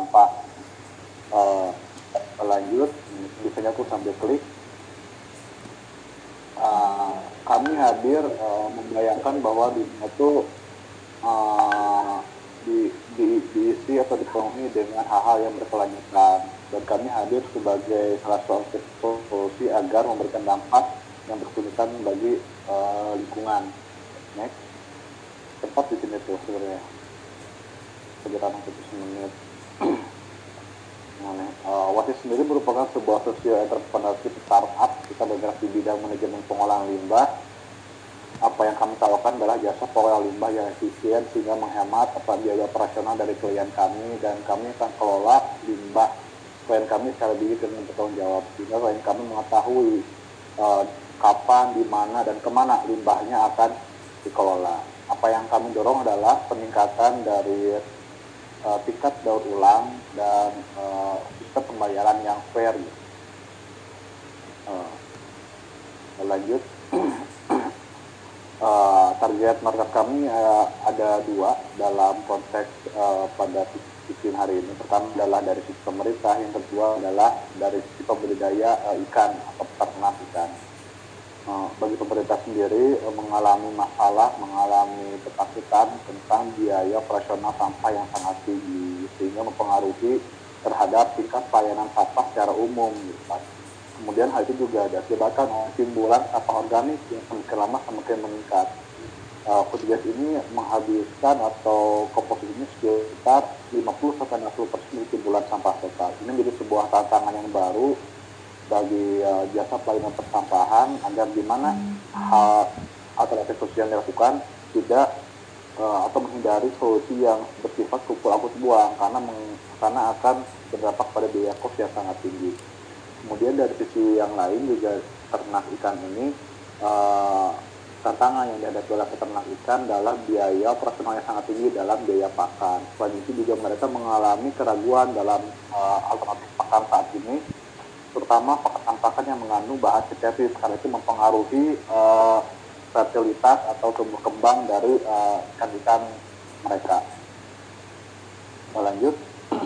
sampah. Uh, Lanjut, biasanya aku sambil klik. Kami hadir membayangkan bahwa dunia itu diisi atau dipenuhi dengan hal-hal yang berkelanjutan, dan kami hadir sebagai salah satu solusi agar memberikan dampak yang berkelanjutan bagi lingkungan. Next, cepat di sini tuh sebenarnya sekitar 40 menit. Wasis sendiri merupakan sebuah sosial entrepreneurship startup. Kita bergerak di bidang manajemen pengolahan limbah. Apa yang kami tawarkan adalah jasa pengelolaan limbah yang efisien sehingga menghemat biaya operasional dari klien kami, dan kami akan kelola limbah klien kami secara bijak dan bertanggung jawab, sehingga klien kami mengetahui kapan, di mana, dan kemana limbahnya akan dikelola. Apa yang kami dorong adalah peningkatan dari tingkat daur ulang dan sistem pembayaran yang fair. Lanjut. Target market kami ada dua dalam konteks pada sisi hari ini. Pertama adalah dari sisi pemerintah, yang kedua adalah dari sisi pembudidaya ikan atau peternak ikan. Bagi pemerintah sendiri mengalami ketakutan tentang biaya operasional sampah yang sangat tinggi, sehingga mempengaruhi terhadap tingkat pelayanan sampah secara umum. Kemudian hal itu juga diakibatkan oleh timbulan sampah organik yang semakin lama semakin meningkat. Petugas ini menghabiskan atau komposisinya sekitar 50-60% dari timbulan sampah total. Ini menjadi sebuah tantangan yang baru bagi jasa pelayanan persampahan, agar gimana hal alternatif solusi yang dilakukan tidak atau menghindari solusi yang bersifat kumpul angkut buang, karena akan berdampak pada biaya kos yang sangat tinggi. Kemudian dari sisi yang lain juga ternak ikan ini, tantangan yang dihadapi oleh peternak ikan adalah biaya operasional yang sangat tinggi dalam biaya pakan. Selain itu juga mereka mengalami keraguan dalam alternatif pakan saat ini, terutama pakan-pakan yang mengandung bahan sintetis, karena itu mempengaruhi fertilitas atau tumbuh kembang dari ikan-ikan mereka. Lanjut.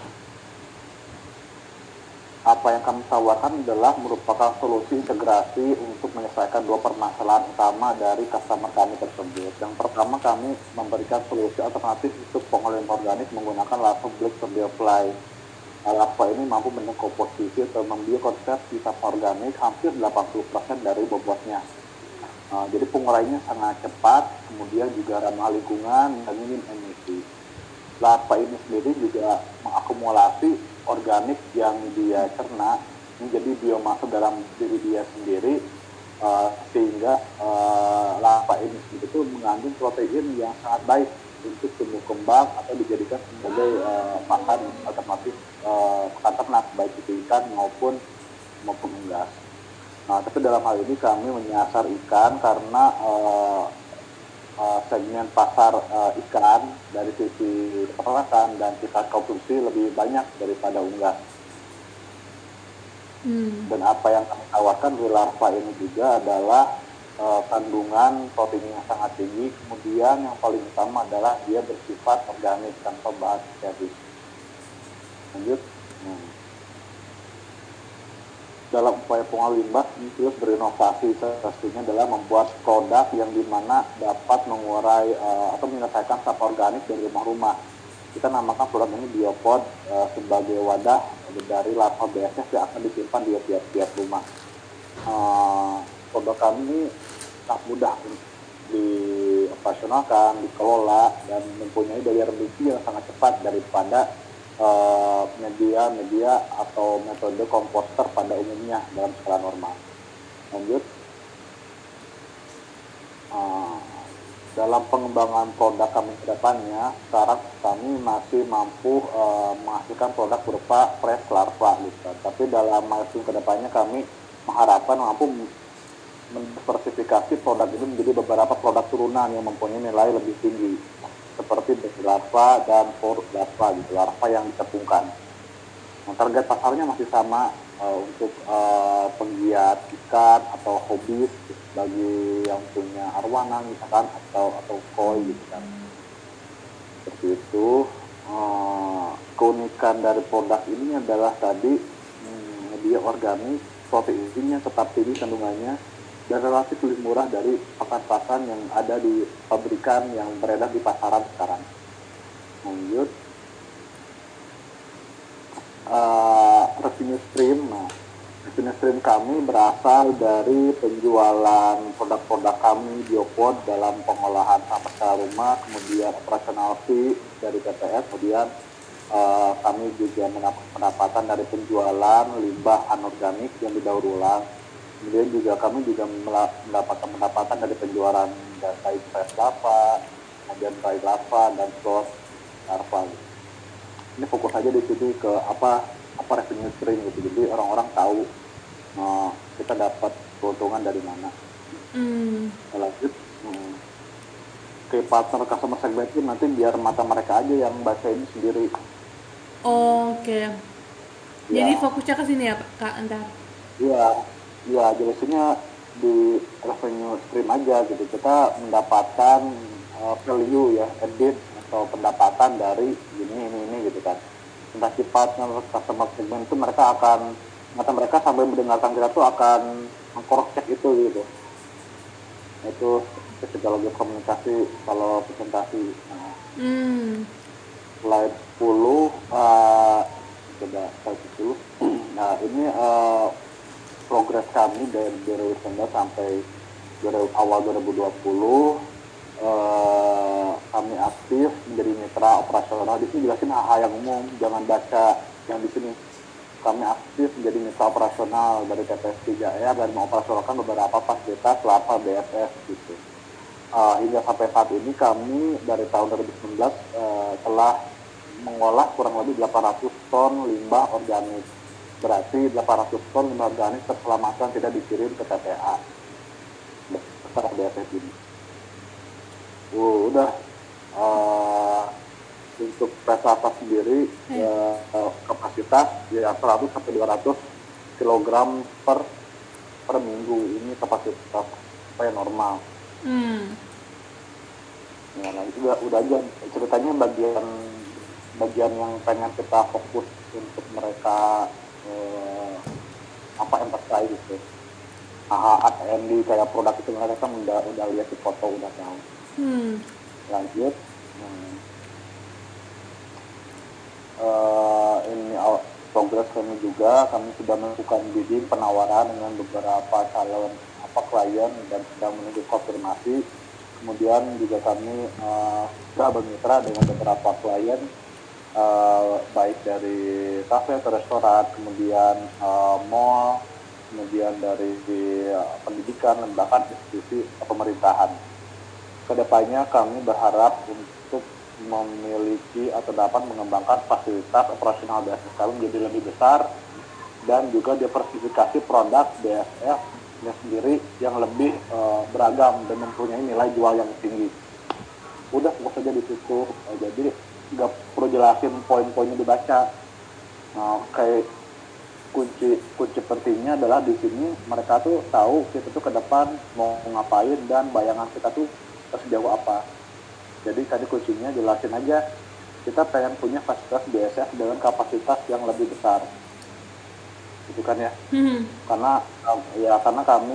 Apa yang kami tawarkan adalah merupakan solusi integrasi untuk menyelesaikan dua permasalahan utama dari customer kami tersebut. Yang pertama, kami memberikan solusi alternatif untuk pengolahan organik menggunakan larva Black Fly. Larva ini mampu mengkomposisi atau membiokonversi sampah organik hampir 80% dari bobotnya. Jadi penguraiannya sangat cepat, kemudian juga ramah lingkungan dan minim emisi. Larva ini sendiri juga mengakumulasi organik yang dia cerna menjadi biomasa dalam diri dia sendiri, sehingga larva ini sendiri itu mengandung protein yang sangat baik untuk tumbuh kembang atau dijadikan sebagai pakan alternatif pakan ternak, baik itu ikan maupun unggas. Tapi dalam hal ini kami menyasar ikan karena segmen pasar ikan dari sisi peternakan dan tingkat konsumsi lebih banyak daripada unggas. Dan apa yang kami tawarkan di larva ini juga adalah kandungan protein yang sangat tinggi, kemudian yang paling utama adalah dia bersifat organik tanpa bahan sintetis. Lanjut. Dalam upaya pengolah limbah, terus berinovasi pastinya adalah membuat produk yang dimana dapat mengurai atau menyelesaikan sampah organik dari rumah-rumah. Kita namakan produk ini biopod sebagai wadah dari larva BSF yang akan disimpan di tiap rumah. Produk kami sangat mudah dioperasionalkan, dikelola, dan mempunyai daya reduksi yang sangat cepat daripada media atau metode komposter pada umumnya dalam skala normal. Lanjut. Dalam pengembangan produk kami ke depannya, sekarang kami masih mampu menghasilkan produk berupa fresh larva gitu. Tapi dalam milestone ke depannya kami mengharapkan mampu mendiversifikasi produk ini menjadi beberapa produk turunan yang mempunyai nilai lebih tinggi, seperti larva dan for larva gitu, larva yang ditepungkan. Target pasarnya masih sama untuk penggiat ikan atau hobis bagi yang punya arwana misalkan atau koi gitu kan. Seperti itu. keunikan dari produk ini adalah tadi dia organik, proteinnya tetap tinggi kandungannya, dan relatif lebih murah dari pakan-pakan yang ada di pabrikan yang beredar di pasaran sekarang. Lanjut, revenue stream. Nah, revenue stream kami berasal dari penjualan produk-produk kami biopod dalam pengolahan sampah skala rumah, kemudian operasional fee dari TPS, kemudian kami juga mendapat pendapatan dari penjualan limbah anorganik yang didaur ulang. Kemudian juga kami juga mendapatkan pendapatan dari penjualan data fresh lava, kemudian dry lava dan source larva. Ini fokus aja di sini ke apa revenue stream gitu. Jadi orang-orang tahu kita dapat keuntungan dari mana. Lanjut, ke partner customer segmenting nanti biar mata mereka aja yang baca ini sendiri. Oke. Jadi fokusnya ke sini ya Kak ntar. Iya, jelasinnya di revenue stream aja gitu. Kita mendapatkan value ya, edit atau pendapatan dari ini gitu kan. Entah si partner customer segment itu mereka akan, mata mereka sambil mendengarkan kita tuh akan meng-cross check itu gitu. Itu psikologi komunikasi kalau presentasi. Nah, slide 10, coba slide 10. Nah, ini progres kami dari 2019 sampai awal 2020. Kami aktif menjadi mitra operasional. Di sini jelasin hal yang umum, jangan baca yang di sini. Kami aktif menjadi mitra operasional dari TPS 3R dan mengoperasionalkan beberapa fasilitas lapa BSF gitu. Hingga sampai saat ini kami dari tahun 2019 telah mengolah kurang lebih 800 ton limbah organik. Berarti 800 ton limbah organik terselamatkan tidak dikirim ke TPA. Besar BSF ini. Udah untuk prestasi sendiri kapasitas ya 100 sampai 200 kg per minggu, ini kapasitas apa ya normal. Ya, nah itu udah aja ceritanya bagian yang pengen kita fokus untuk mereka yang terkait gitu. AND kayak produk itu mereka kan udah lihat di foto udah tahu. Lanjut. Ini progres kami juga, kami sudah melakukan bidding penawaran dengan beberapa calon klien dan sedang menunggu konfirmasi. Kemudian juga kami sudah bermitra dengan beberapa klien, baik dari kafe atau restoran, kemudian mall, kemudian dari pendidikan, lembaga, institusi pemerintahan. Kedepannya kami berharap untuk memiliki atau dapat mengembangkan fasilitas operasional BSF kami menjadi lebih besar dan juga diversifikasi produk BSF sendiri yang lebih beragam dan mempunyai nilai jual yang tinggi. Udah fokus saja di situ. Jadi nggak perlu jelasin poin-poinnya dibaca. Kayak kunci pentingnya adalah di sini mereka tuh tahu kita tuh ke depan mau ngapain dan bayangan kita tuh sejauh apa. Jadi tadi kuncinya jelasin aja, kita pengen punya fasilitas BSF dengan kapasitas yang lebih besar, gitu kan ya? Karena kami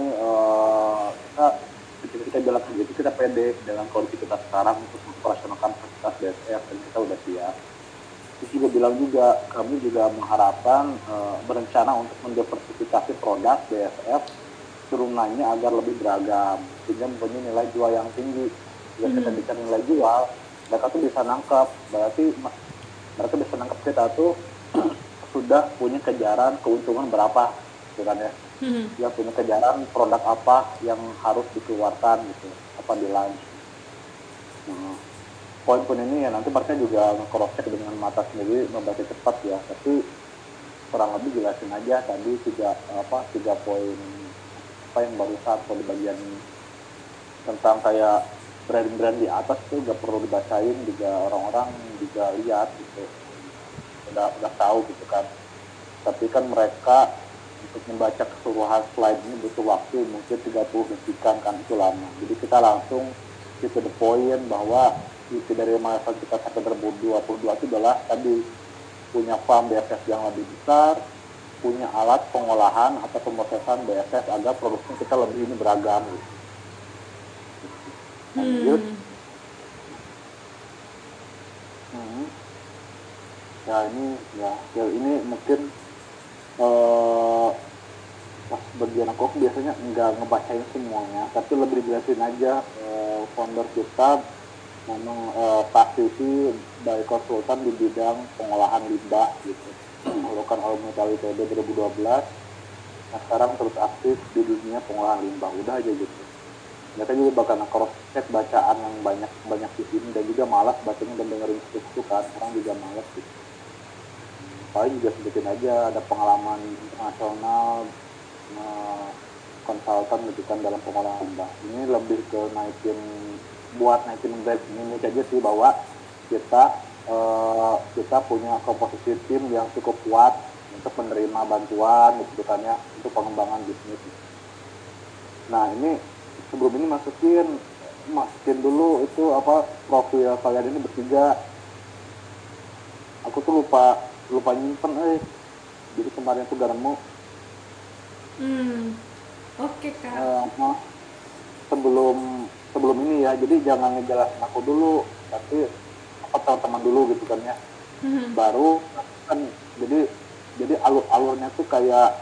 kita bilang begitu, kita pede dengan kondisi kita sekarang untuk mengoperasionalkan fasilitas BSF dan kita udah siap. Terus juga bilang juga, kami juga mengharapkan berencana untuk mendiversifikasi produk BSF turunannya agar lebih beragam sehingga mempunyai nilai jual yang tinggi. Jika kita bicara nilai jual, mereka tuh bisa nangkep, berarti mereka bisa nangkep kita tuh sudah punya kejaran keuntungan berapa, gitu kan ya? Ya punya kejaran produk apa yang harus dikeluarkan gitu, apa di launch. Poin-poin ini ya nanti mereka juga nge-cross check dengan mata sendiri, membaca cepat ya, tapi kurang lebih jelasin aja tadi tiga poin yang barusan kalau di bagian tentang kayak brand-brand di atas tuh gak perlu dibacain, juga orang-orang juga lihat gitu, udah tahu gitu kan. Tapi kan mereka untuk membaca keseluruhan slide ini butuh waktu mungkin 30 detik kan itu lama. Jadi kita langsung to the point bahwa isi dari milestone kita sampai 2022 itu adalah tadi punya farm BSF yang lebih besar, punya alat pengolahan atau pemrosesan BSF agar produksinya kita lebih ini beragam gitu. Lanjut. Ya ini mungkin pas bagian aku biasanya nggak ngebacain semuanya, tapi lebih dijelasin aja. Founder kita memang praktisi dari konsultan di bidang pengolahan limbah gitu, melakukan Alumni ITB 2012. Nah sekarang terus aktif di dunia pengolahan limbah, udah aja gitu. Mereka juga bakal cross check bacaan yang banyak di sini, dan juga malas bacanya dan dengerin itu kan, orang juga malas gitu. Paling juga sebutin aja ada pengalaman internasional konsultan gitu kan dalam pengolahan limbah. Ini lebih ke naikin brand ini aja sih, bahwa kita punya komposisi tim yang cukup kuat untuk menerima bantuan gitu kan ya, untuk pengembangan bisnis. Nah ini sebelum ini masukin dulu itu apa profil kalian ini bertiga. Aku tuh lupa nyimpen jadi kemarin tuh gak nemu. Oke, Kak. Sebelum ini ya, jadi jangan ngejelasin aku dulu, tapi apa teman-teman dulu gitu kan ya. Baru kan jadi alurnya tuh kayak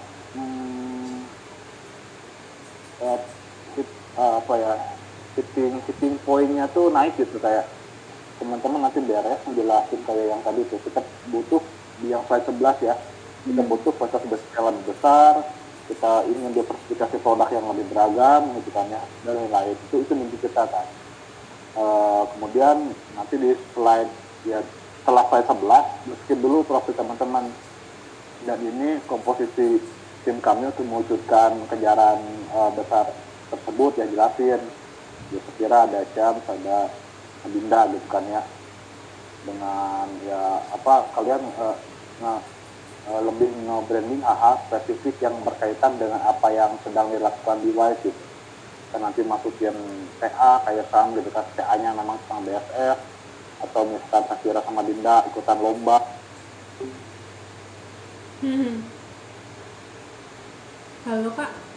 apa ya, hitting pointnya tuh naik gitu, kayak teman-teman nanti beres menjelasin kayak yang tadi tuh, kita butuh di yang slide 11 ya, kita butuh proses skala lebih besar, kita ingin diversifikasi produk yang lebih beragam gitu kan ya, dan lain-lain. Itu mimpi kita kan. Kemudian nanti di slide ya, setelah slide 11 skip dulu profil teman-teman, dan ini komposisi tim kami untuk mewujudkan kejaran besar tersebut ya, jelasin ya, sekira ada Syams, ada Dinda gitu kan ya, dengan ya apa kalian lebih nge-branding hal-hal spesifik yang berkaitan dengan apa yang sedang dilakukan di Wise gitu. Kita nanti masukin TA kayak Sam gitu kan, TA-nya memang sama BSF, atau misalkan Sakira sama Dinda ikutan lomba. Halo, Kak.